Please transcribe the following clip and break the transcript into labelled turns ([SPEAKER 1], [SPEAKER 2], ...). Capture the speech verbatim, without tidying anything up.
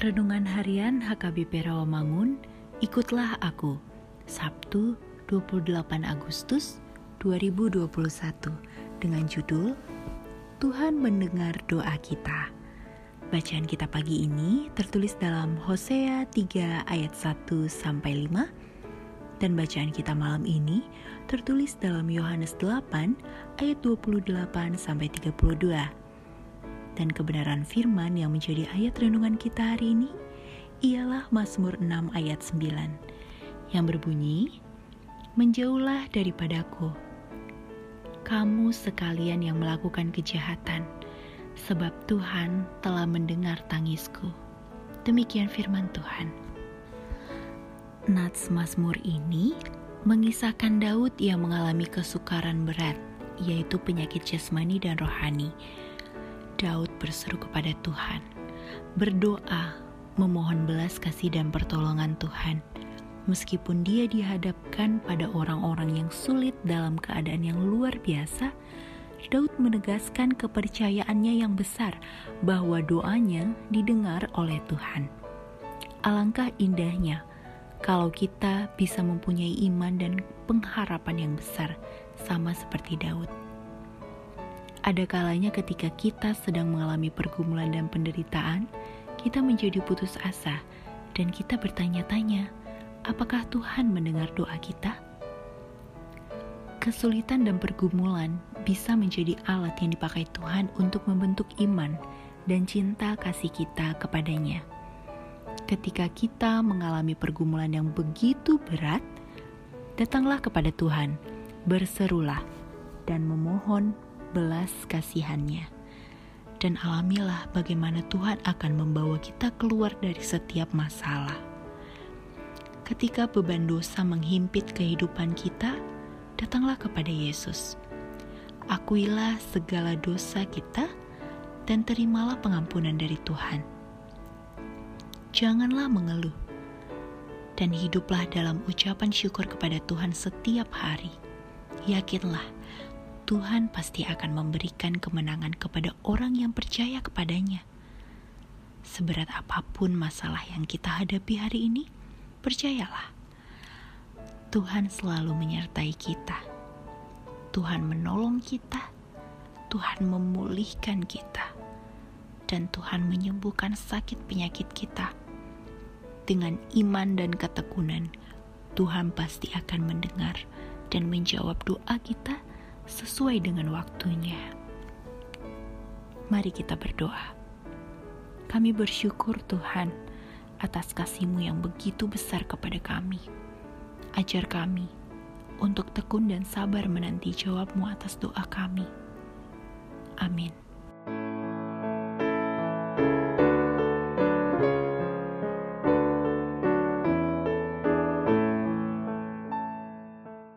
[SPEAKER 1] Renungan Harian H K B P Rawamangun, Ikutlah Aku, Sabtu dua puluh delapan Agustus dua ribu dua puluh satu, dengan judul Tuhan mendengar doa kita. Bacaan kita pagi ini tertulis dalam Hosea tiga ayat satu sampai lima, dan bacaan kita malam ini tertulis dalam Yohanes delapan ayat dua puluh delapan sampai tiga puluh dua. Dan kebenaran firman yang menjadi ayat renungan kita hari ini ialah Mazmur enam ayat sembilan yang berbunyi, "Menjauhlah daripadaku, kamu sekalian yang melakukan kejahatan, sebab Tuhan telah mendengar tangisku." Demikian firman Tuhan. Nats Mazmur ini mengisahkan Daud yang mengalami kesukaran berat, yaitu penyakit jasmani dan rohani. Daud berseru kepada Tuhan, berdoa, memohon belas kasih dan pertolongan Tuhan. Meskipun dia dihadapkan pada orang-orang yang sulit dalam keadaan yang luar biasa, Daud menegaskan kepercayaannya yang besar bahwa doanya didengar oleh Tuhan. Alangkah indahnya kalau kita bisa mempunyai iman dan pengharapan yang besar sama seperti Daud. Ada kalanya ketika kita sedang mengalami pergumulan dan penderitaan, kita menjadi putus asa dan kita bertanya-tanya, apakah Tuhan mendengar doa kita? Kesulitan dan pergumulan bisa menjadi alat yang dipakai Tuhan untuk membentuk iman dan cinta kasih kita kepadanya. Ketika kita mengalami pergumulan yang begitu berat, datanglah kepada Tuhan, berserulah, dan memohon belas kasihannya, dan alamilah bagaimana Tuhan akan membawa kita keluar dari setiap masalah. Ketika beban dosa menghimpit kehidupan kita, datanglah kepada Yesus. Akuilah segala dosa kita dan terimalah pengampunan dari Tuhan. Janganlah mengeluh, dan hiduplah dalam ucapan syukur kepada Tuhan setiap hari. Yakinlah, Tuhan pasti akan memberikan kemenangan kepada orang yang percaya kepadanya. Seberat apapun masalah yang kita hadapi hari ini, percayalah, Tuhan selalu menyertai kita. Tuhan menolong kita, Tuhan memulihkan kita, dan Tuhan menyembuhkan sakit penyakit kita. Dengan iman dan ketekunan, Tuhan pasti akan mendengar dan menjawab doa kita sesuai dengan waktunya. Mari kita berdoa. Kami bersyukur Tuhan atas kasih-Mu yang begitu besar kepada kami. Ajar kami untuk tekun dan sabar menanti jawab-Mu atas doa kami. Amin.